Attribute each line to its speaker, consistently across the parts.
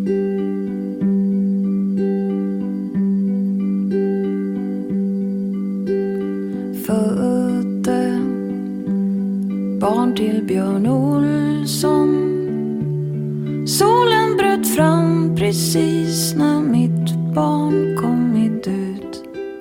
Speaker 1: Födde barn till Björn Olsson. Solen bröt fram precis när mitt barn kommit ut.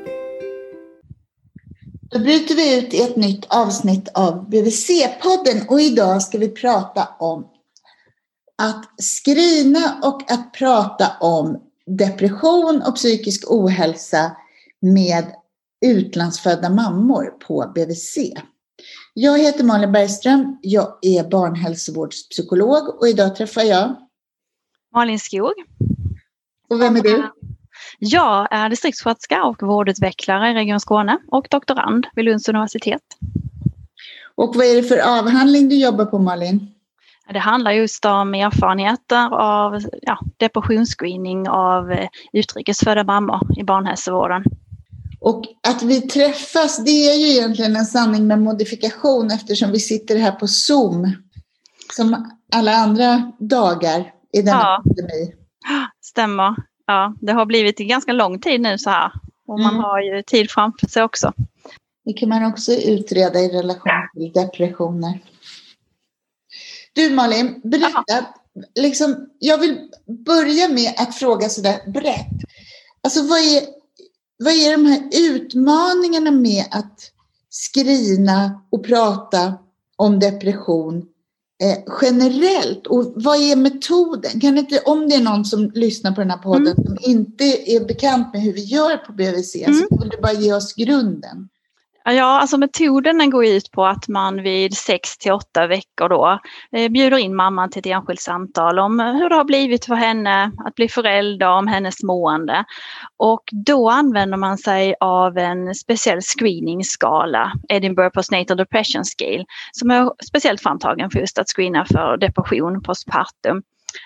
Speaker 2: Då bryter vi ut i ett nytt avsnitt av BVC-podden och idag ska vi prata om att screena och att prata om depression och psykisk ohälsa med utlandsfödda mammor på BVC. Jag heter Malin Bergström, jag är barnhälsovårdspsykolog och idag träffar jag
Speaker 3: Malin Skog.
Speaker 2: Och vem är du?
Speaker 3: Jag är distriktssköterska och vårdutvecklare i Region Skåne och doktorand vid Lunds universitet.
Speaker 2: Och vad är det för avhandling du jobbar på, Malin?
Speaker 3: Det handlar just om erfarenheter av depressionsscreening av utrikesfödda mammor i barnhälsovården.
Speaker 2: Och att vi träffas, det är ju egentligen en sanning med modifikation eftersom vi sitter här på Zoom som alla andra dagar i denna pandemi.
Speaker 3: Stämmer. Ja, det har blivit en ganska lång tid nu så här och man har ju tid framför sig också.
Speaker 2: Det kan man också utreda i relation till depressioner. Du Malin, berätta. Jag vill börja med att fråga sådär brett. Alltså vad är de här utmaningarna med att screena och prata om depression generellt? Och vad är metoden? Kan inte, om det är någon som lyssnar på den här podden som inte är bekant med hur vi gör på BVC så vill du bara ge oss grunden.
Speaker 3: Ja, alltså metoden går ut på att man vid 6-8 veckor då bjuder in mamman till ett enskilt samtal om hur det har blivit för henne att bli förälder, om hennes mående. Och då använder man sig av en speciell screeningskala, Edinburgh Postnatal Depression Scale, som är speciellt framtagen för just att screena för depression postpartum.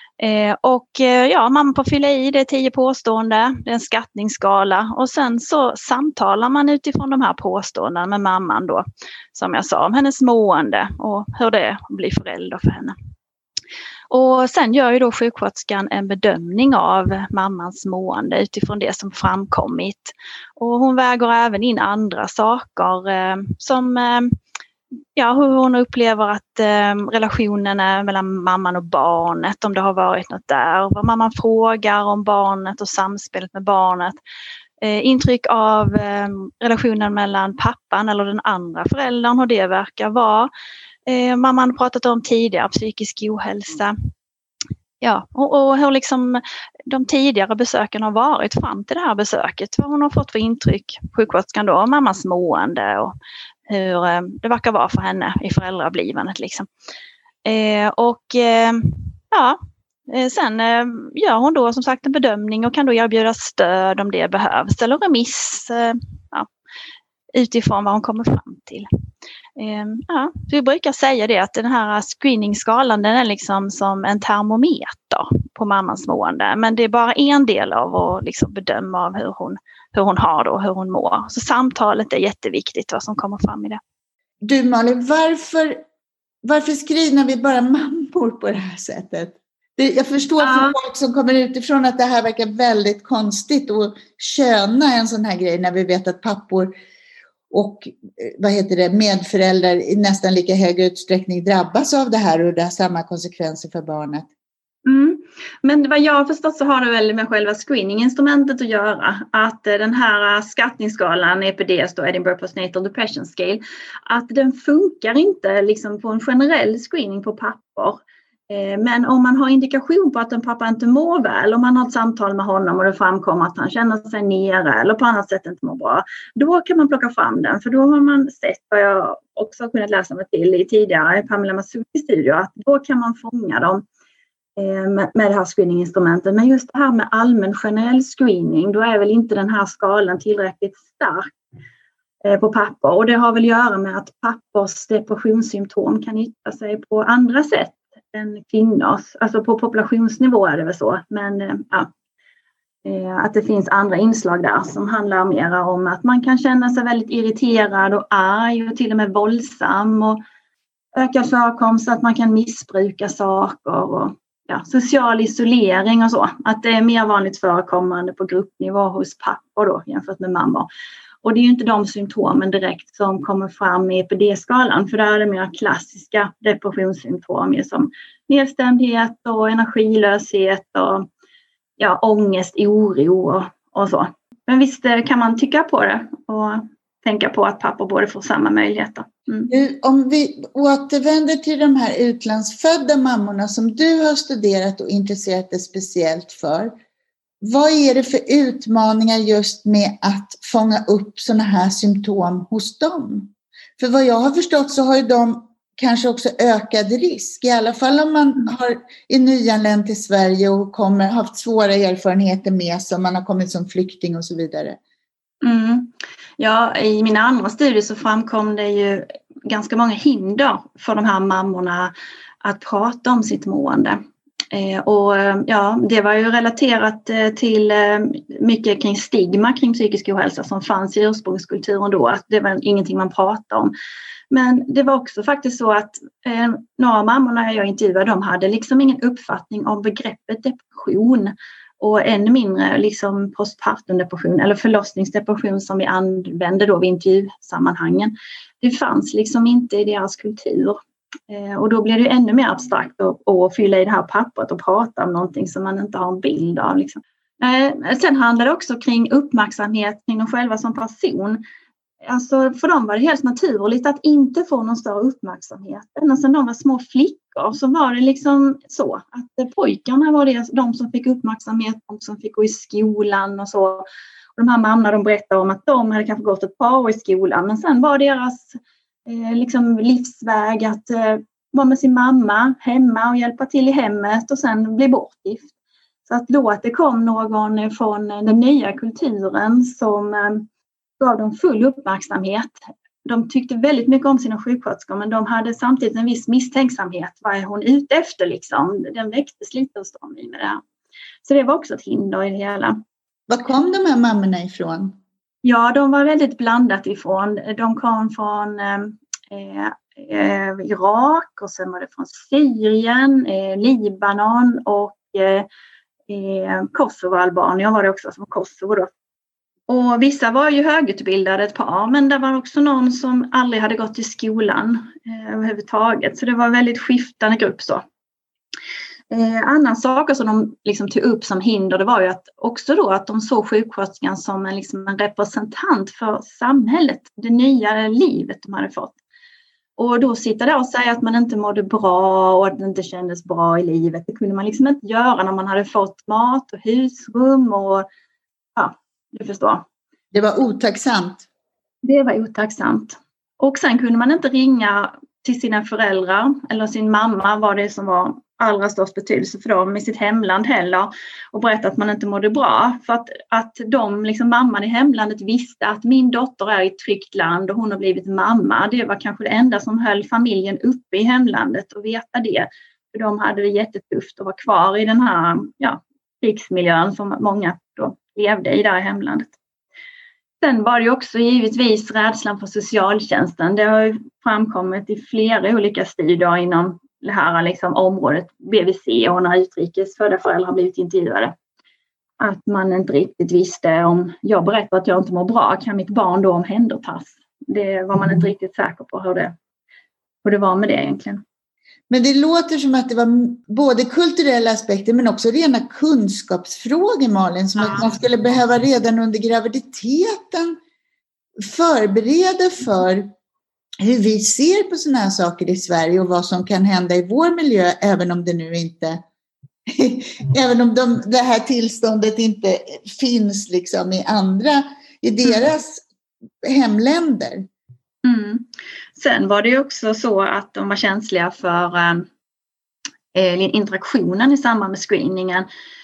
Speaker 3: Man får fylla i det 10 påståenden, det är en skattningsskala och sen så samtalar man utifrån de här påståendena med mamman då, som jag sa, om hennes mående och hur det är att bli förälder för henne. Och sen gör ju då sjuksköterskan en bedömning av mammans mående utifrån det som framkommit. Och hon väger även in andra saker som hur hon upplever att relationen är mellan mamman och barnet, om det har varit något där. Vad mamman frågar om barnet och samspelet med barnet. Intryck av relationen mellan pappan eller den andra föräldern, hur det verkar vara. Mamman har pratat om tidigare psykisk ohälsa. Ja, och hur liksom de tidigare besöken har varit fram till det här besöket. Vad hon har fått för intryck, sjuksköterskan då, om mammans mående och hur det verkar vara för henne i föräldrablivandet liksom. Sen gör hon då som sagt en bedömning och kan då erbjuda stöd om det behövs eller remiss utifrån vad hon kommer fram till. Vi brukar säga det att den här screeningskalan den är liksom som en termometer på mammans mående, men det är bara en del av att liksom bedöma av hur hon har det och hur hon mår. Så samtalet är jätteviktigt vad som kommer fram i det.
Speaker 2: Du Malin, varför screenar vi bara mammor på det här sättet? Jag förstår för folk som kommer utifrån att det här verkar väldigt konstigt att köna en sån här grej när vi vet att pappor och medföräldrar i nästan lika hög utsträckning drabbas av det här och det har samma konsekvenser för barnet.
Speaker 4: Men vad jag förstått så har det väl med själva screeninginstrumentet att göra. Att den här skattningsskalan EPDS då, Edinburgh Postnatal Depression Scale, att den funkar inte liksom på en generell screening på pappor. Men om man har indikation på att en pappa inte mår väl, om man har ett samtal med honom och det framkommer att han känner sig nere eller på annat sätt inte mår bra, då kan man plocka fram den. För då har man sett vad jag också har kunnat läsa mig till i tidigare Pamela Masoutis studier, att då kan man fånga dem med det här screeninginstrumentet. Men just det här med allmän generell screening, då är väl inte den här skalan tillräckligt stark på pappor. Och det har väl att göra med att pappors depressionssymptom kan yttra sig på andra sätt än kvinnors. Alltså på populationsnivå är det väl så. Men att det finns andra inslag där som handlar mer om att man kan känna sig väldigt irriterad och arg och till och med våldsam och ökad förekomst att man kan missbruka saker och social isolering och så. Att det är mer vanligt förekommande på gruppnivå hos pappor då jämfört med mammor. Och det är ju inte de symptomen direkt som kommer fram i EPD-skalan, för där är det mer klassiska depressionssymptom som nedstämdhet och energilöshet och ångest, oro och så. Men visst kan man tycka på det och tänka på att pappor borde få samma möjligheter.
Speaker 2: Om vi återvänder till de här utlandsfödda mammorna som du har studerat och intresserat dig speciellt för. Vad är det för utmaningar just med att fånga upp sådana här symptom hos dem? För vad jag har förstått så har ju de kanske också ökad risk. I alla fall om man är nyanländ till Sverige och haft svåra erfarenheter med sig, om man har kommit som flykting och så vidare.
Speaker 4: Ja, i mina andra studier så framkom det ju ganska många hinder för de här mammorna att prata om sitt mående. Det var ju relaterat till mycket kring stigma kring psykisk ohälsa som fanns i ursprungskulturen då, att det var ingenting man pratade om. Men det var också faktiskt så att några mammorna jag intervjuade, de hade liksom ingen uppfattning om begreppet depression och ännu mindre liksom postpartumdepression eller förlossningsdepression som vi använde då vid intervjusammanhangen. Det fanns liksom inte i deras kultur. Och då blir det ju ännu mer abstrakt att fylla i det här pappret och prata om någonting som man inte har en bild av. Liksom. Sen handlar det också kring uppmärksamhet kring dem själva som person. Alltså för dem var det helt naturligt att inte få någon större uppmärksamhet. Alltså när de var små flickor så var det liksom så att pojkarna var det, de som fick uppmärksamhet, de som fick gå i skolan och så. Och de här mammorna, de berättade om att de hade kanske gått ett par år i skolan, men sen var deras livsväg att vara med sin mamma hemma och hjälpa till i hemmet och sen bli bortgift. Så att då att det kom någon från den nya kulturen som gav dem full uppmärksamhet. De tyckte väldigt mycket om sina sjuksköterskor, men de hade samtidigt en viss misstänksamhet. Vad är hon ute efter liksom? Den väcktes lite hos dem i med det här. Så det var också ett hinder i det hela.
Speaker 2: Var kom de här mammorna ifrån?
Speaker 4: Ja, de var väldigt blandat ifrån. De kom från Irak och sen var det från Syrien, Libanon och Kosovo, Albanien var det också som Kosovo då. Och vissa var ju högutbildade ett par, men det var också någon som aldrig hade gått i skolan överhuvudtaget. Så det var en väldigt skiftande grupp så. Andra saker som de liksom tog upp som hinder, det var ju att också då att de såg sjuksköterskan som en representant för samhället, det nya livet de hade fått. Och då sitta där och säga att man inte mådde bra och att det inte kändes bra i livet. Det kunde man liksom inte göra när man hade fått mat och husrum och du förstår.
Speaker 2: Det var otacksamt.
Speaker 4: Det var otacksamt. Och sen kunde man inte ringa till sina föräldrar eller sin mamma, var det som var allra störst betydelse för dem i sitt hemland heller, och berätta att man inte mådde bra. För att de, liksom mamman i hemlandet, visste att min dotter är i ett tryggt land och hon har blivit mamma. Det var kanske det enda som höll familjen uppe i hemlandet, och veta det. För de hade det jättetufft att vara kvar i den här krigsmiljön som många då levde i där i hemlandet. Sen var det också givetvis rädslan för socialtjänsten. Det har ju framkommit i flera olika studier inom det här liksom området BVC och när utrikes födda föräldrar har blivit intervjuade. Att man inte riktigt visste, om jag berättar att jag inte mår bra, kan mitt barn då omhändertas? Det var man inte riktigt säker på hur det var med det egentligen.
Speaker 2: Men det låter som att det var både kulturella aspekter men också rena kunskapsfrågor, Malin, som att man skulle behöva redan under graviditeten förbereda för hur vi ser på sådana här saker i Sverige och vad som kan hända i vår miljö, även om det nu inte även om det här tillståndet inte finns liksom i deras hemländer.
Speaker 4: Mm. Sen var det ju också så att de var känsliga för interaktionen i samband med screeningen.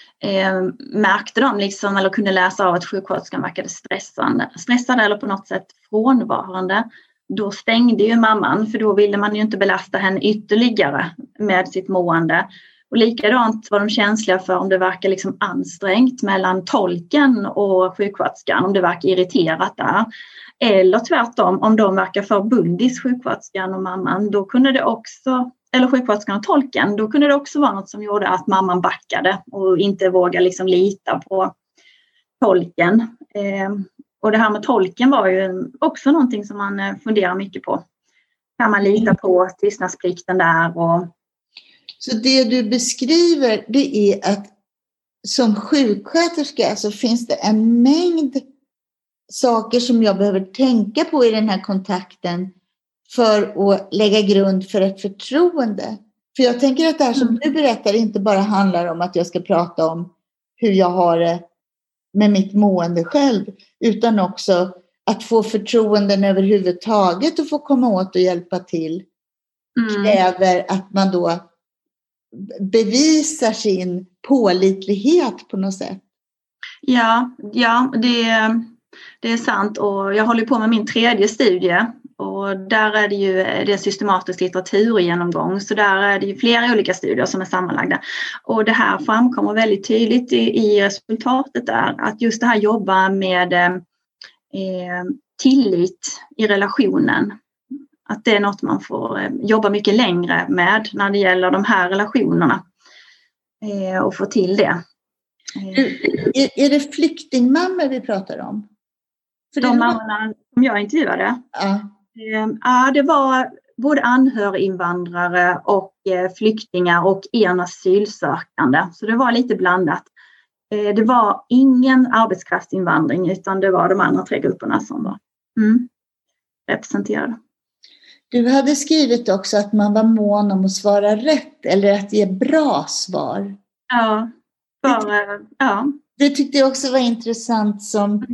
Speaker 4: Märkte de liksom, eller kunde läsa av att sjuksköterskan verkade stressad eller på något sätt frånvarande. Då stängde ju mamman, för då ville man ju inte belasta henne ytterligare med sitt mående. Och likadant var de känsliga för om det verkar liksom ansträngt mellan tolken och sjuksköterskan, om det verkar irriterat där. Eller tvärtom, om de verkar för bundis, sjuksköterskan och mamman, då kunde det också, eller sjuksköterskan och tolken, då kunde det också vara något som gjorde att mamman backade och inte vågade liksom lita på tolken. Och det här med tolken var ju också någonting som man funderar mycket på. Kan man lita på tystnadsplikten där?
Speaker 2: Så det du beskriver, det är att som sjuksköterska så finns det en mängd saker som jag behöver tänka på i den här kontakten för att lägga grund för ett förtroende. För jag tänker att det här som du berättar inte bara handlar om att jag ska prata om hur jag har det med mitt mående själv, utan också att få förtroenden överhuvudtaget och få komma åt och hjälpa till kräver att man då bevisar sin pålitlighet på något sätt.
Speaker 4: Ja, det är sant, och jag håller på med min 3:e studie och där är det ju det är systematisk litteraturgenomgång, så där är det ju flera olika studier som är sammanlagda, och det här framkommer väldigt tydligt i resultatet där, att just det här jobba med tillit i relationen, att det är något man får jobba mycket längre med när det gäller de här relationerna och få till det.
Speaker 2: Är det flyktingmammor vi pratar om?
Speaker 4: För de mammorna som jag intervjuade?
Speaker 2: Ja,
Speaker 4: det var både anhöriginvandrare och flyktingar och en asylsökande. Så det var lite blandat. Det var ingen arbetskraftsinvandring, utan det var de andra 3 grupperna som var representerade.
Speaker 2: Du hade skrivit också att man var mån om att svara rätt eller att ge bra svar.
Speaker 4: Ja.
Speaker 2: Det tyckte jag också var intressant som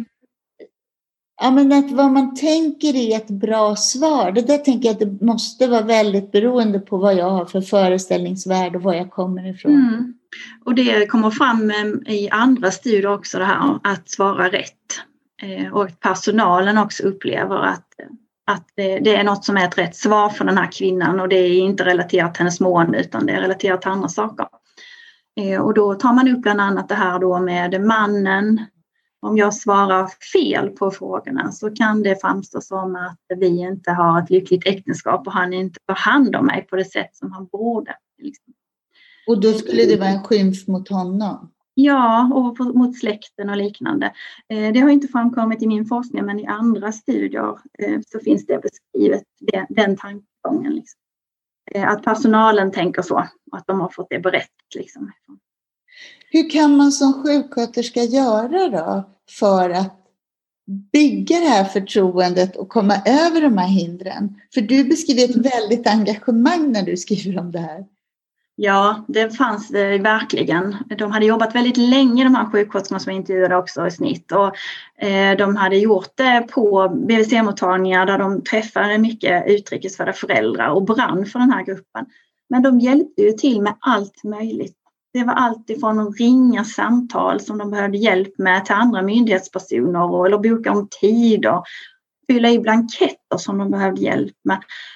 Speaker 2: men att vad man tänker i ett bra svar. Det där tänker jag att det måste vara väldigt beroende på vad jag har för föreställningsvärld och var jag kommer ifrån.
Speaker 4: Och det kommer fram i andra studier också, det här att svara rätt. Och personalen också upplever att det är något som är ett rätt svar för den här kvinnan, och det är inte relaterat till hennes mående utan det är relaterat till andra saker. Och då tar man upp bland annat det här då med mannen. Om jag svarar fel på frågorna så kan det framstå som att vi inte har ett lyckligt äktenskap och han inte tar hand om mig på det sätt som han borde. Liksom.
Speaker 2: Och då skulle det vara en skymf mot honom?
Speaker 4: Ja, och mot släkten och liknande. Det har inte framkommit i min forskning, men i andra studier så finns det beskrivet den tankegången. Liksom. Att personalen tänker så, att de har fått det berättat. Liksom.
Speaker 2: Hur kan man som sjuksköterska göra då för att bygga det här förtroendet och komma över de här hindren? För du beskriver ett väldigt engagemang när du skriver om det här. Ja, det fanns det verkligen. De hade jobbat väldigt länge, de här sjuksköterskorna som intervjuade också i snitt. Och de hade gjort det på BVC-mottagningar där de träffade mycket utrikesfödda föräldrar och brann för den här gruppen. Men de hjälpte ju till med allt möjligt. Det var allt ifrån att ringa samtal som de behövde hjälp med till andra myndighetspersoner eller boka om tid och fylla i blanketter som de behövde hjälp med.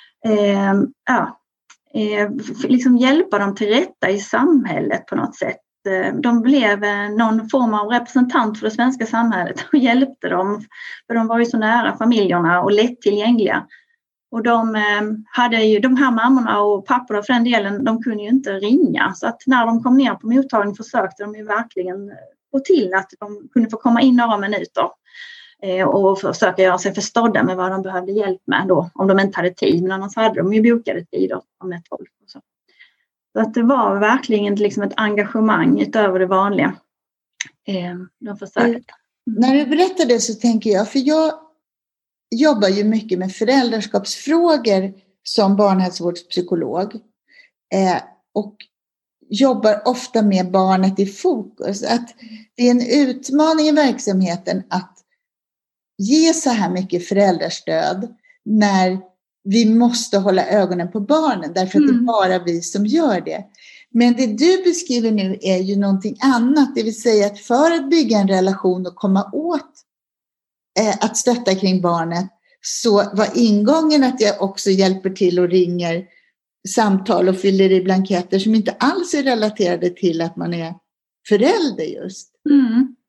Speaker 2: Liksom hjälpa dem till rätta i samhället på något sätt. De blev någon form av representant för det svenska samhället och hjälpte dem. För de var ju så nära familjerna och lättillgängliga. Och de hade ju, de här mammorna och papporna för den delen, de kunde ju inte ringa. Så att när de kom ner på mottagningen försökte de ju verkligen få till att de kunde få komma in några minuter. Och försöka göra sig förstådda med vad de behövde hjälp med då, om de inte hade tid. Men annars hade de ju bokade tider med tolk och så. Så att det var verkligen liksom ett engagemang utöver det vanliga. De försökte. När du berättar det så tänker jag, för jag jobbar ju mycket med föräldraskapsfrågor som barnhälsovårdspsykolog. Och jobbar ofta med barnet i fokus. Att det är en utmaning i verksamheten att ge så här mycket föräldrastöd när vi måste hålla ögonen på barnen. Därför att det är bara vi som gör det. Men det du beskriver nu är ju någonting annat. Det vill säga att för att bygga en relation och komma åt att stötta kring barnet, så var ingången att jag också hjälper till och ringer samtal och fyller i blanketter som inte alls är relaterade till att man är förälder just.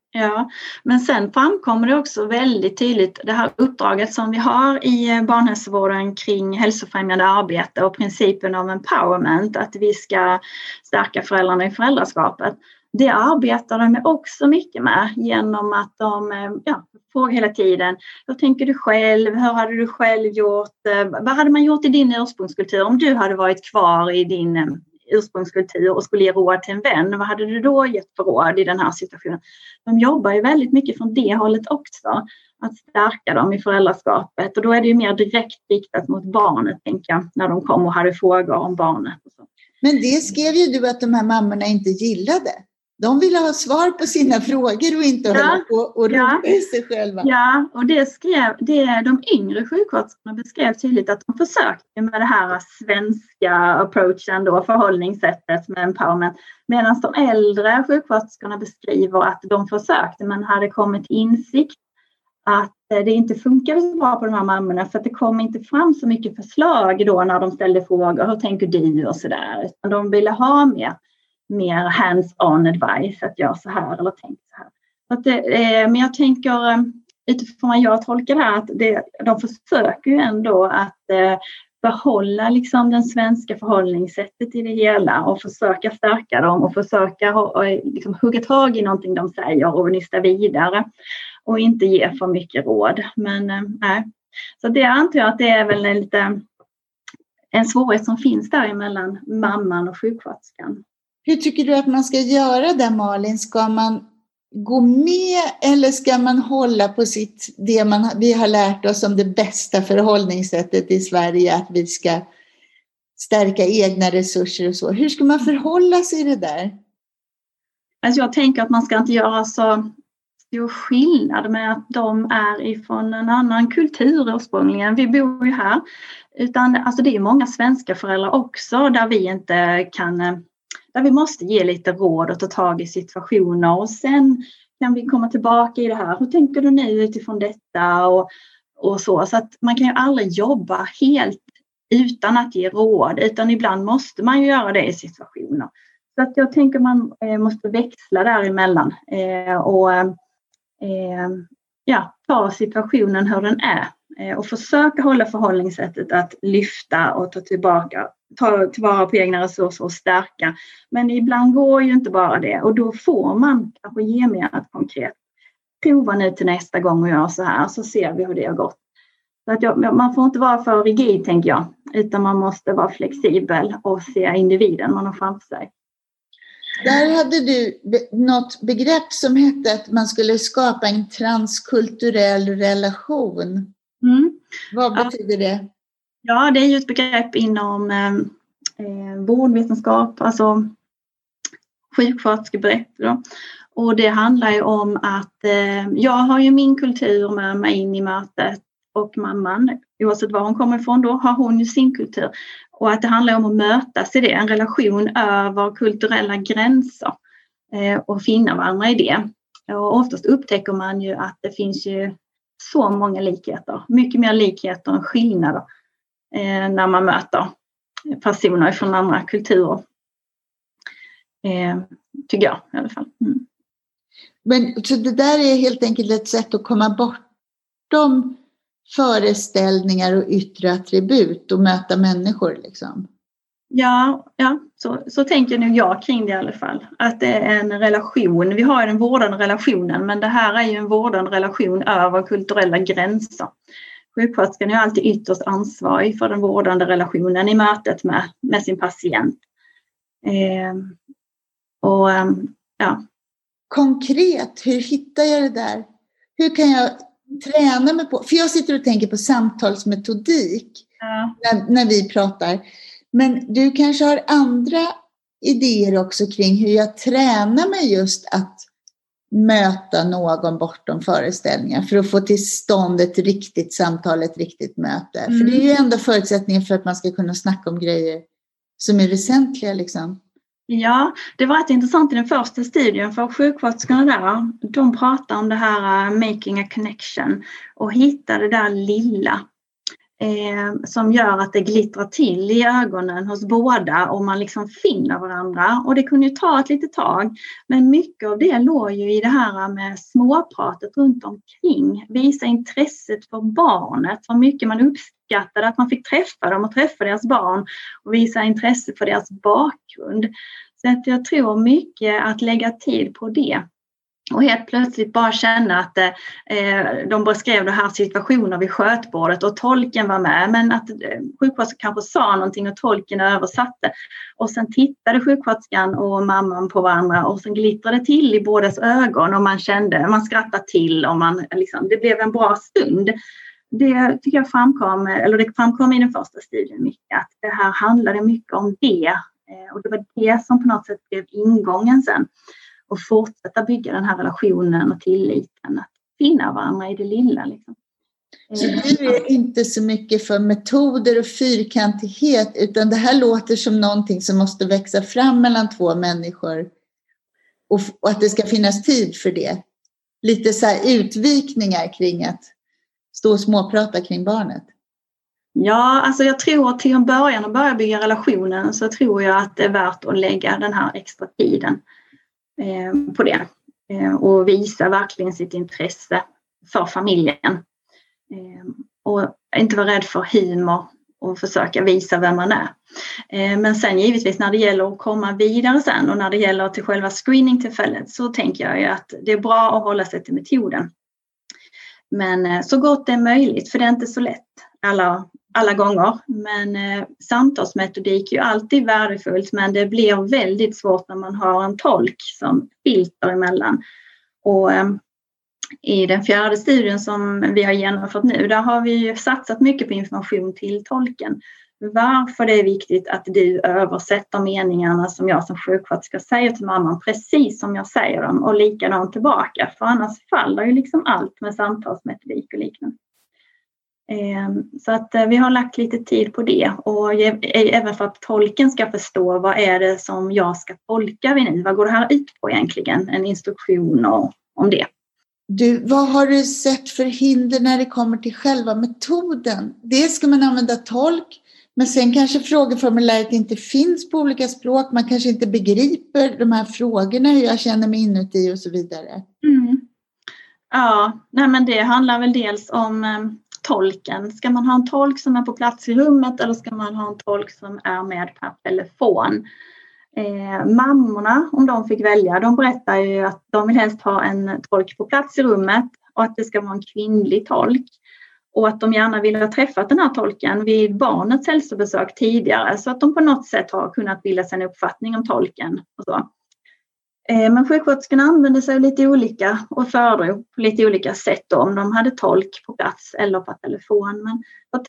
Speaker 4: Ja, men sen framkommer det också väldigt tydligt det här uppdraget som vi har i barnhälsovården kring hälsofrämjande arbete och principen om empowerment, att vi ska stärka föräldrarna i föräldraskapet. Det arbetar de också mycket med genom att de frågar hela tiden: hur tänker du själv? Hur hade du själv gjort? Vad hade man gjort i din ursprungskultur om du hade varit kvar i din ursprungskultur och skulle ge råd till en vän? Vad hade du då gett för råd i den här situationen? De jobbar ju väldigt mycket från det hållet också, att stärka dem i föräldraskapet, och då är det ju mer direkt riktat mot barnet, tänker jag, när de kommer och hade frågor om barnet. Och så.
Speaker 2: Men det skrev ju du att de här mammorna inte gillade. De ville ha svar på sina frågor och inte hålla på och ropa i sig själva.
Speaker 4: Ja, och de yngre sjuksköterskorna beskrev tydligt att de försökte med det här svenska approachen då, förhållningssättet med empowerment. Medan de äldre sjuksköterskorna beskriver att de försökte men hade kommit insikt att det inte funkade så bra på de här mammorna, för att det kom inte fram så mycket förslag då när de ställde frågor. Hur tänker du och sådär? De ville ha mer hands-on advice, att göra så här eller tänk så här. Men jag tänker utifrån vad jag tolkar det här, att de försöker ju ändå att behålla liksom den svenska förhållningssättet i det hela och försöka stärka dem och försöka liksom hugga tag i någonting de säger och nysta vidare och inte ge för mycket råd. Men nej. Så det antar jag att det är väl en svårighet som finns där mellan mamman och sjuksköterskan.
Speaker 2: Hur tycker du att man ska göra det, Malin? Ska man gå med eller ska man hålla på vi har lärt oss om det bästa förhållningssättet i Sverige, att vi ska stärka egna resurser och så? Hur ska man förhålla sig i det där?
Speaker 4: Alltså jag tänker att man ska inte göra så stor skillnad med att de är ifrån en annan kultur ursprungligen. Vi bor ju här. Utan alltså det är många svenska föräldrar också där vi inte kan... Där vi måste ge lite råd och ta tag i situationer, och sen kan vi komma tillbaka i det här. Hur tänker du nu utifrån detta och så. Så att man kan ju aldrig jobba helt utan att ge råd, utan ibland måste man ju göra det i situationer. Så att jag tänker man måste växla däremellan och ta situationen hur den är och försöka hålla förhållningssättet att lyfta och ta tillvara på egna resurser och stärka. Men ibland går ju inte bara det, och då får man kanske ge mer konkret. Prova nu till nästa gång och göra så här, så ser vi hur det har gått. Så att man får inte vara för rigid, tänker jag, utan man måste vara flexibel och se individen man har framför sig.
Speaker 2: Där hade du något begrepp som hette att man skulle skapa en transkulturell relation. Vad betyder det?
Speaker 4: Ja, det är ju ett begrepp inom vårdvetenskap, alltså sjuksköterskebegrepp då. Och det handlar ju om att jag har ju min kultur med mig in i mötet, och mamman, oavsett var hon kommer ifrån då, har hon ju sin kultur. Och att det handlar om att mötas i det, en relation över kulturella gränser och finna varandra i det. Och oftast upptäcker man ju att det finns ju så många likheter, mycket mer likheter än skillnader när man möter personer från andra kulturer. Tycker jag i alla fall.
Speaker 2: Men så det där är helt enkelt ett sätt att komma bortom föreställningar och yttre attribut och möta människor liksom? Ja,
Speaker 4: så tänker nog jag kring det i alla fall. Att det är en relation. Vi har ju den vårdande relationen, men det här är ju en vårdande relation över kulturella gränser. Sjuksköterskan är alltid ytterst ansvarig för den vårdande relationen i mötet med sin patient.
Speaker 2: Konkret, hur hittar jag det där? Hur kan jag träna mig på? För jag sitter och tänker på samtalsmetodik när vi pratar. Men du kanske har andra idéer också kring hur jag tränar mig just att möta någon bortom föreställningar för att få till stånd ett riktigt samtal, ett riktigt möte. För det är ju ändå förutsättningen för att man ska kunna snacka om grejer som är väsentliga liksom.
Speaker 4: Ja, det var rätt intressant i den första studien för sjuksköterskorna där. De pratade om det här making a connection och hitta det där lilla som gör att det glittrar till i ögonen hos båda och man liksom finner varandra. Och det kunde ju ta ett litet tag, men mycket av det låg ju i det här med småpratet runt omkring. Visa intresset för barnet, så mycket man uppskattade att man fick träffa dem och träffa deras barn och visa intresse för deras bakgrund. Så att jag tror mycket att lägga tid på det. Och helt plötsligt bara känna att de beskrev det här situationer vid skötbordet och tolken var med. Men att sjuksköterskan kanske sa någonting och tolken översatte. Och sen tittade sjuksköterskan och mamman på varandra och sen glittrade till i bådas ögon. Och man skrattade till och det blev en bra stund. Det tycker jag framkom i den första studien mycket. Att det här handlade mycket om det. Och det var det som på något sätt blev ingången sen. Och fortsätta bygga den här relationen och tilliten. Att finna varandra i det lilla. Liksom.
Speaker 2: Så du är inte så mycket för metoder och fyrkantighet. Utan det här låter som någonting som måste växa fram mellan två människor. Och att det ska finnas tid för det. Lite så här utvikningar kring att stå och småprata kring barnet.
Speaker 4: Ja, alltså jag tror till en början att börja bygga relationen så tror jag att det är värt att lägga den här extra tiden på det. Och visa verkligen sitt intresse för familjen. Och inte vara rädd för humor och försöka visa vem man är. Men sen givetvis när det gäller att komma vidare sen och när det gäller till själva screeningtillfället så tänker jag ju att det är bra att hålla sig till metoden. Men så gott det är möjligt, för det är inte så lätt alla gånger. Men samtalsmetodik är ju alltid värdefullt, men det blir väldigt svårt när man har en tolk som filter emellan. Och i den 4:e studien som vi har genomfört nu, där har vi ju satsat mycket på information till tolken. Varför det är viktigt att du översätter meningarna som jag som sjuksköterska säger till mamman precis som jag säger dem och likadant tillbaka. För annars faller ju liksom allt med samtalsmetodik och liknande. Så att vi har lagt lite tid på det och även för att tolken ska förstå vad är det som jag ska tolka vid nu. Vad går det här ut på egentligen? En instruktion om det.
Speaker 2: Du, vad har du sett för hinder när det kommer till själva metoden? Dels ska man använda tolk, men sen kanske frågeformuläret inte finns på olika språk. Man kanske inte begriper de här frågorna, hur jag känner mig inuti och så vidare.
Speaker 4: Mm. Ja, men det handlar väl dels om tolken. Ska man ha en tolk som är på plats i rummet eller ska man ha en tolk som är med per telefon? Mammorna, om de fick välja, de berättar ju att de vill helst ha en tolk på plats i rummet och att det ska vara en kvinnlig tolk. Och att de gärna vill ha träffat den här tolken vid barnets hälsobesök tidigare så att de på något sätt har kunnat bilda sig en uppfattning om tolken. Och så. Men sjuksköterskorna använde sig lite olika och föredrog på lite olika sätt då, om de hade tolk på plats eller på telefon. Men för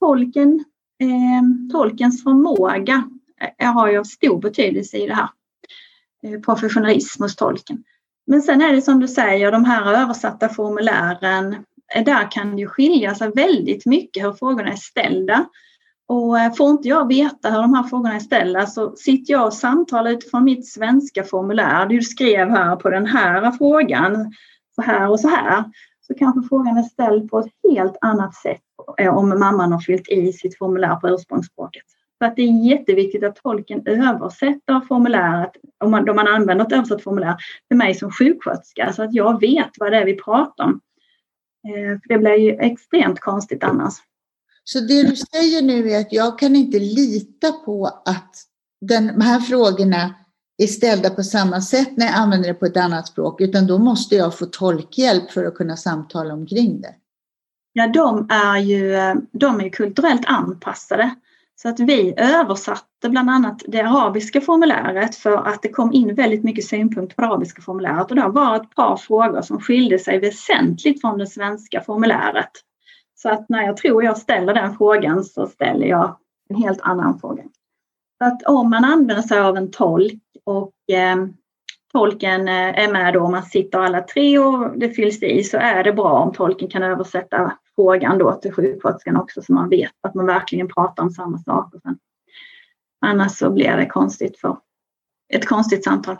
Speaker 4: tolkens förmåga har ju stor betydelse i det här. Professionalism hos tolken. Men sen är det som du säger, de här översatta formulären, där kan det ju skilja sig väldigt mycket hur frågorna är ställda. Och får inte jag veta hur de här frågorna är ställda så sitter jag och samtalar utifrån mitt svenska formulär. Du skrev här på den här frågan så här och så här. Så kanske frågan är ställd på ett helt annat sätt om mamman har fyllt i sitt formulär på ursprungsspråket. Så att det är jätteviktigt att tolken översätter formuläret, om man använder ett översatt formulär, för mig som sjuksköterska så att jag vet vad det är vi pratar om. För det blir ju extremt konstigt annars.
Speaker 2: Så det du säger nu är att jag kan inte lita på att de här frågorna är ställda på samma sätt när jag använder det på ett annat språk, utan då måste jag få tolkhjälp för att kunna samtala omkring det.
Speaker 4: Ja, de är ju kulturellt anpassade. Så att vi översatte bland annat det arabiska formuläret för att det kom in väldigt mycket synpunkter på det arabiska formuläret. Och det var ett par frågor som skilde sig väsentligt från det svenska formuläret. Så att när jag ställer den frågan så ställer jag en helt annan fråga. Så att om man använder sig av en tolk och tolken är med då, man sitter alla tre och det fylls i, så är det bra om tolken kan översätta frågan då till sjuksköterskan också så man vet att man verkligen pratar om samma sak. Och sen, annars så blir det ett konstigt samtal.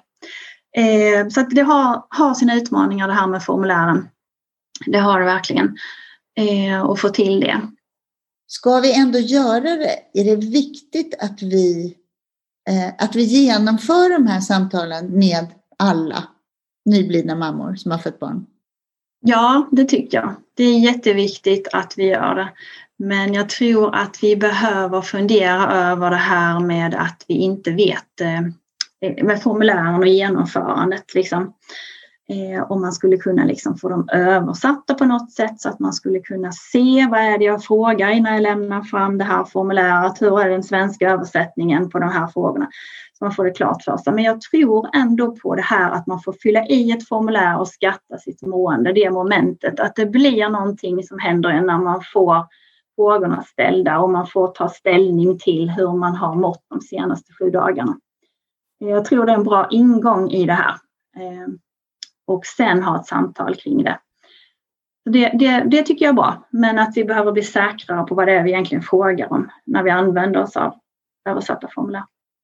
Speaker 4: Så att det har sina utmaningar det här med formulären. Det har det verkligen. Och få till det.
Speaker 2: ska vi ändå göra det? Är det viktigt att vi genomför de här samtalen med alla nyblivna mammor som har fått barn?
Speaker 4: Ja, det tycker jag. Det är jätteviktigt att vi gör det. Men jag tror att vi behöver fundera över det här med att vi inte vet med formulären och genomförandet. Liksom. Om man skulle kunna liksom få dem översatta på något sätt så att man skulle kunna se vad är det jag frågar innan jag lämnar fram det här formuläret. Hur är den svenska översättningen på de här frågorna? Så man får det klart för sig. Men jag tror ändå på det här att man får fylla i ett formulär och skatta sitt mående. Det momentet att det blir någonting som händer när man får frågorna ställda och man får ta ställning till hur man har mått de senaste 7 dagarna. Jag tror det är en bra ingång i det här. Och sen ha ett samtal kring det. Det tycker jag är bra. Men att vi behöver bli säkrare på vad det är vi egentligen frågar om när vi använder oss av översatta formulär.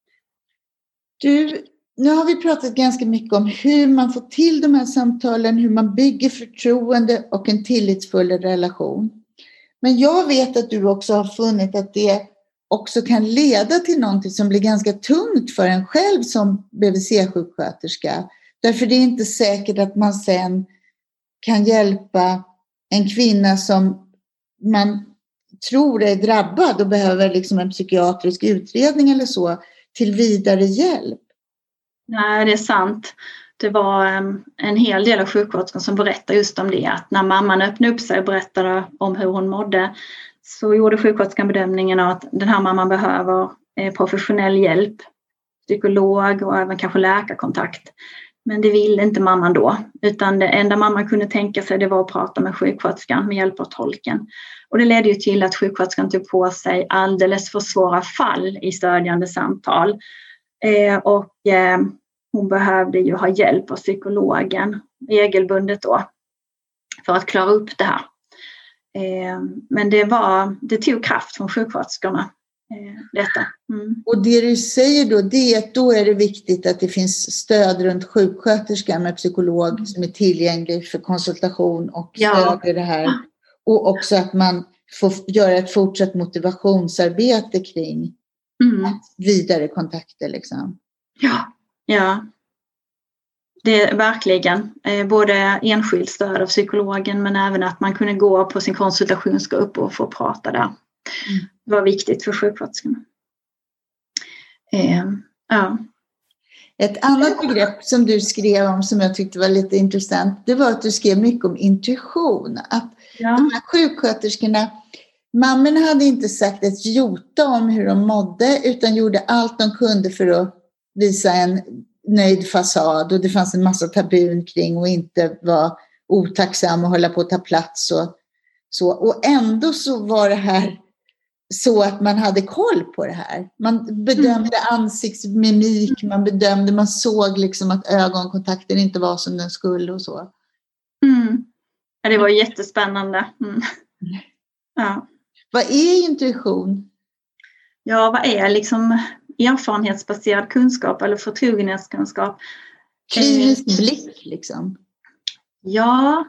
Speaker 2: Nu har vi pratat ganska mycket om hur man får till de här samtalen, hur man bygger förtroende och en tillitsfull relation. Men jag vet att du också har funnit att det också kan leda till någonting som blir ganska tungt för en själv som BVC-sjuksköterska. Därför det är inte säkert att man sen kan hjälpa en kvinna som man tror är drabbad och behöver liksom en psykiatrisk utredning eller så till vidare hjälp.
Speaker 4: Nej, det är sant. Det var en hel del av sjuksköterskan som berättade just om det. Att när mamman öppnade upp sig och berättade om hur hon mådde så gjorde sjuksköterskan bedömningen att den här mamman behöver professionell hjälp, psykolog och även kanske läkarkontakt. Men det ville inte mamman då, utan det enda mamman kunde tänka sig det var att prata med sjuksköterskan med hjälp av tolken. Och det ledde ju till att sjuksköterskan tog på sig alldeles för svåra fall i stödjande samtal. Hon behövde ju ha hjälp av psykologen regelbundet då för att klara upp det här. Men det tog kraft från sjuksköterskorna. Detta.
Speaker 2: Och det du säger då, det är att då är det viktigt att det finns stöd runt sjuksköterskan med psykolog som är tillgänglig för konsultation och stöd i det här. Och också att man får göra ett fortsatt motivationsarbete kring vidare kontakter liksom.
Speaker 4: Ja. Det är verkligen både enskilt stöd av psykologen men även att man kunde gå på sin konsultationsgrupp och få prata där. Det var viktigt för sjuksköterskorna.
Speaker 2: Ett annat begrepp som du skrev om som jag tyckte var lite intressant, det var att du skrev mycket om intuition. Att de här sjuksköterskorna, mammorna hade inte sagt ett jota om hur de mådde utan gjorde allt de kunde för att visa en nöjd fasad. Och det fanns en massa tabun kring och inte vara otacksam och hålla på att ta plats. Och ändå så var det här så att man hade koll på det här. Man bedömde ansiktsmimik, man såg liksom att ögonkontakten inte var som den skulle och så.
Speaker 4: Ja, det var jättespännande. Ja.
Speaker 2: Vad är intuition?
Speaker 4: Ja, vad är liksom erfarenhetsbaserad kunskap eller förtrogenhetskunskap?
Speaker 2: Klinisk blick liksom.
Speaker 4: Ja.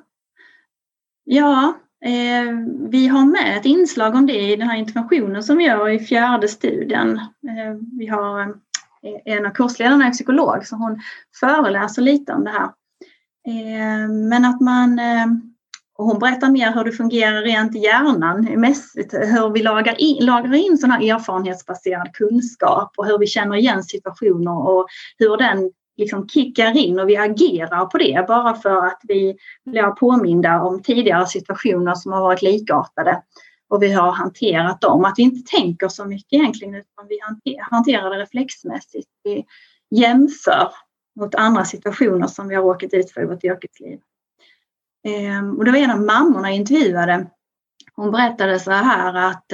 Speaker 4: Vi har med ett inslag om det i den här interventionen som vi gör i 4:e studien. Vi har en av kursledarna är psykolog så hon föreläser lite om det här. Men att och hon berättar mer hur det fungerar rent i hjärnan, hur vi lagrar in sån här erfarenhetsbaserad kunskap och hur vi känner igen situationer och hur den liksom kickar in och vi agerar på det bara för att vi blir påminda om tidigare situationer som har varit likartade och vi har hanterat dem. Att vi inte tänker så mycket egentligen utan vi hanterar det reflexmässigt. Vi jämför mot andra situationer som vi har råkat ut för i vårt yrkesliv. Och det var en av mammorna intervjuade. Hon berättade så här att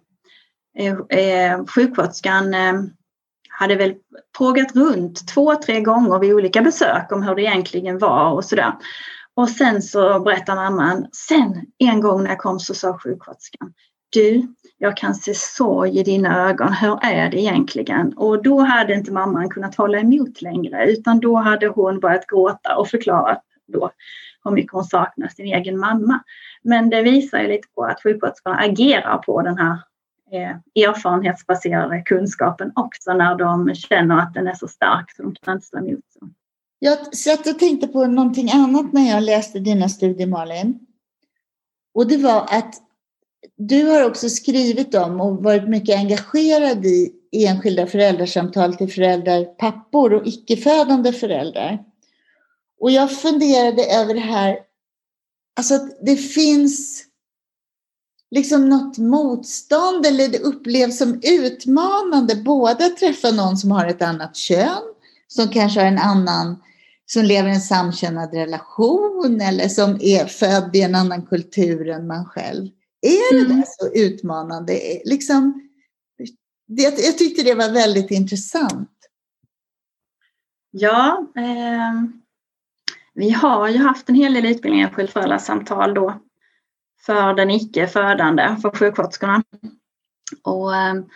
Speaker 4: sjuksköterskan hade väl frågat runt 2-3 gånger vid olika besök om hur det egentligen var och sådär. Och sen så berättar mamman, sen en gång när jag kom så sa sjuksköterskan, du, jag kan se sorg i dina ögon, hur är det egentligen? Och då hade inte mamman kunnat hålla emot längre utan då hade hon börjat gråta och förklarat då hur mycket hon saknar sin egen mamma. Men det visar ju lite på att sjuksköterskorna agerar på den här erfarenhetsbaserade kunskapen också när de känner att den är så stark så de kan inte stå emot.
Speaker 2: Jag satt och tänkte på någonting annat när jag läste dina studier, Malin. Och det var att du har också skrivit om och varit mycket engagerad i enskilda föräldrasamtal till föräldrar, pappor och icke-födande föräldrar. Och jag funderade över det här, alltså att det finns liksom något motstånd eller det upplevs som utmanande både att träffa någon som har ett annat kön, som kanske har en annan, som lever i en samkönad relation eller som är född i en annan kultur än man själv. Är det där så utmanande? Liksom, jag tyckte det var väldigt intressant.
Speaker 4: Ja, vi har ju haft en hel del utbildningar i föräldrasamtal då för den icke-födande, för sjuksköterskorna. Och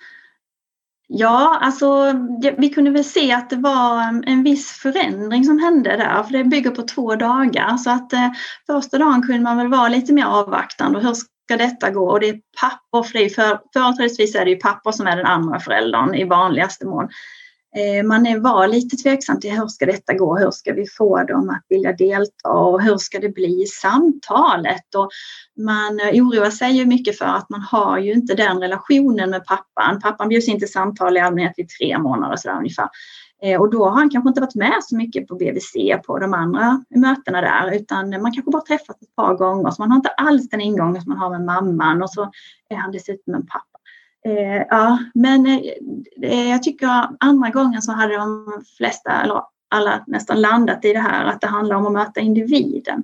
Speaker 4: ja, alltså vi kunde väl se att det var en viss förändring som hände där, för det bygger på 2 dagar. Så att första dagen kunde man väl vara lite mer avvaktande. Hur ska detta gå? Och det är pappor, för företrädesvis är det ju pappor som är den andra föräldern i vanligaste mån. Man var lite tveksam till hur ska detta gå, hur ska vi få dem att vilja delta och hur ska det bli i samtalet. Och man oroar sig ju mycket för att man har ju inte den relationen med pappan. Pappan bjuds inte samtal i allmänhet i 3 månader så där ungefär. Och då har han kanske inte varit med så mycket på BVC på de andra mötena där, utan man kanske bara träffat ett par gånger så man har inte alls den ingången som man har med mamman och så är han dessutom en pappa. Ja, men jag tycker andra gången så hade de flesta, eller alla nästan landat i det här att det handlar om att möta individen.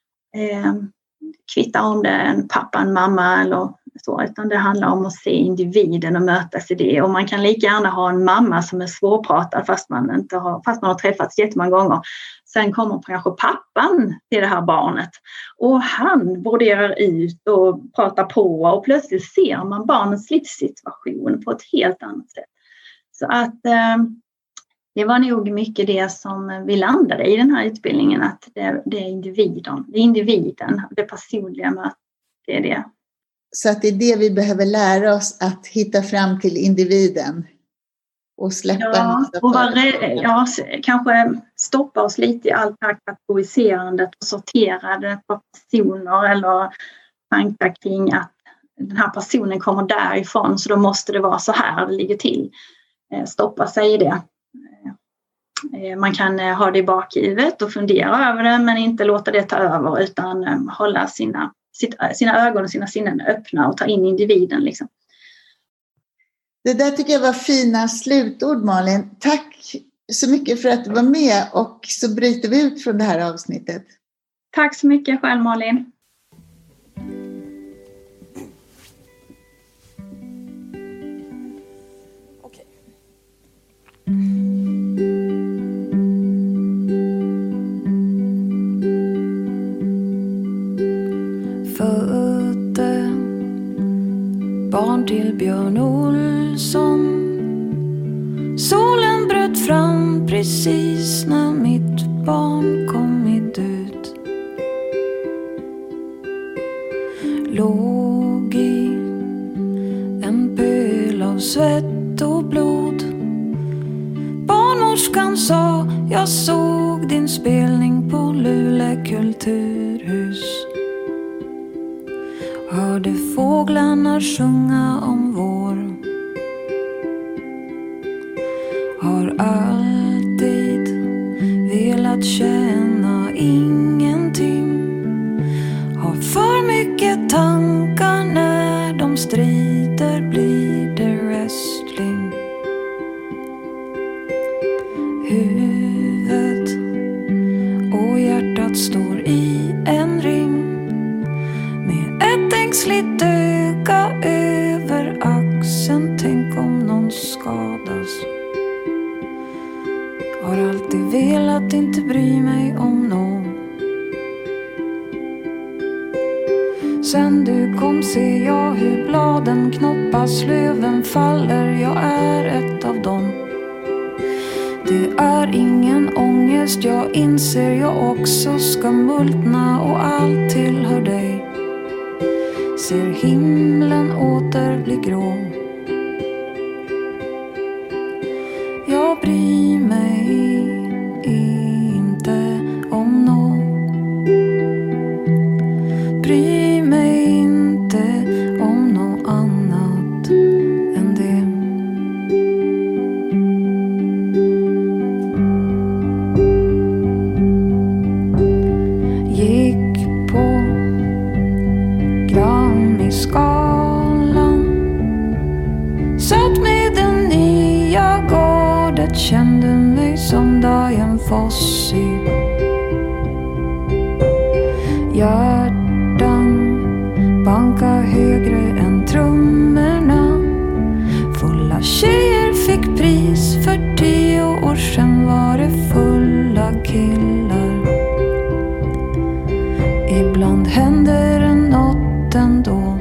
Speaker 4: Kvittar om det är en pappa, en mamma eller så, utan det handlar om att se individen och mötas i det. Och man kan lika gärna ha en mamma som är svårpratad fast man har träffats jättemånga gånger. Sen kommer kanske pappan till det här barnet och han broderar ut och pratar på och plötsligt ser man barnets livssituation på ett helt annat sätt. Så att det var nog mycket det som vi landade i den här utbildningen, att det är individen, det personliga mötet, det är det.
Speaker 2: Så att det är det vi behöver lära oss, att hitta fram till individen och släppa.
Speaker 4: Kanske stoppa oss lite i allt det här kategoriserandet och sorterade på personer eller tankar kring att den här personen kommer därifrån så då måste det vara så här det ligger till. Stoppa sig i det. Man kan ha det i bakhuvudet och fundera över det men inte låta det ta över utan hålla sina ögon och sina sinnen öppna och ta in individen liksom.
Speaker 2: Det där tycker jag var fina slutord, Malin. Tack så mycket för att du var med och så bryter vi ut från det här avsnittet.
Speaker 4: Tack så mycket själv, Malin.
Speaker 1: Okej. Födde barn till Björn Olsson. Solen bröt fram precis när mitt barn kommit ut. Låg i en pöl av svett och blod. Barnmorskan sa, jag såg din spelning på Luleå kulturhus. Hörde fåglarna sjunga om vår. Har alltid velat känna ingenting. Har för mycket tankar när de strider blir det wrestling. Huvudet och hjärtat står i en ring. Med ett ängsligt öga över axeln. Tänk om någon skadas. Har alltid velat inte bry mig om någon. Sen du kom ser jag hur bladen knoppas, löven faller. Jag är ett av dem. Det är ingen ångest, jag inser jag också ska multna och allt tillhör dig. Ser himlen åter bli grå. Jag bryr mig inte om någon. Bryr mig inte om något annat än det. Gick på Grammy-skalan. Satt med den nya gardet. Kände mig som Dian Fossey. Hjärtan banka högre än trummorna. Fulla tjejer fick pris. För 10 år sedan var det fulla killar. Ibland händer det något ändå.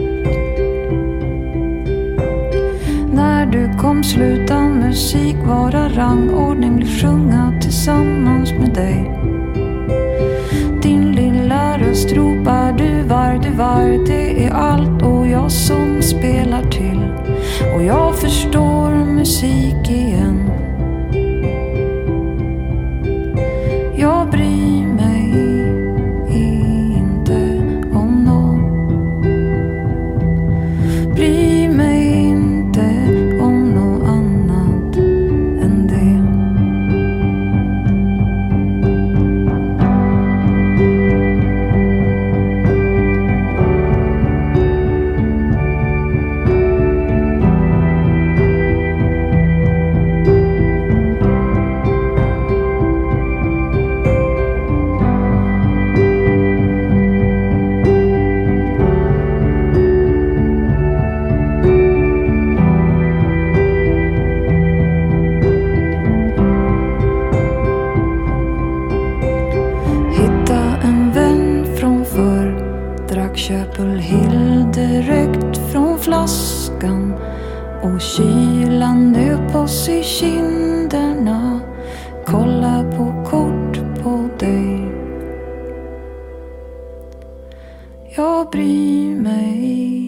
Speaker 1: När du kom sluta musik vara rangordning. Bli sjunga tillsammans med dig. Din lilla röst ropar du var. Det är allt och jag som spelar till. Och jag förstår musik igen. Jag bryr mig inte om någon. Bryr mig inte om något annat än det. Köpulhill direkt från flaskan. Och kylan nöp oss i kinderna. Kolla på kort på dig. Jag bryr mig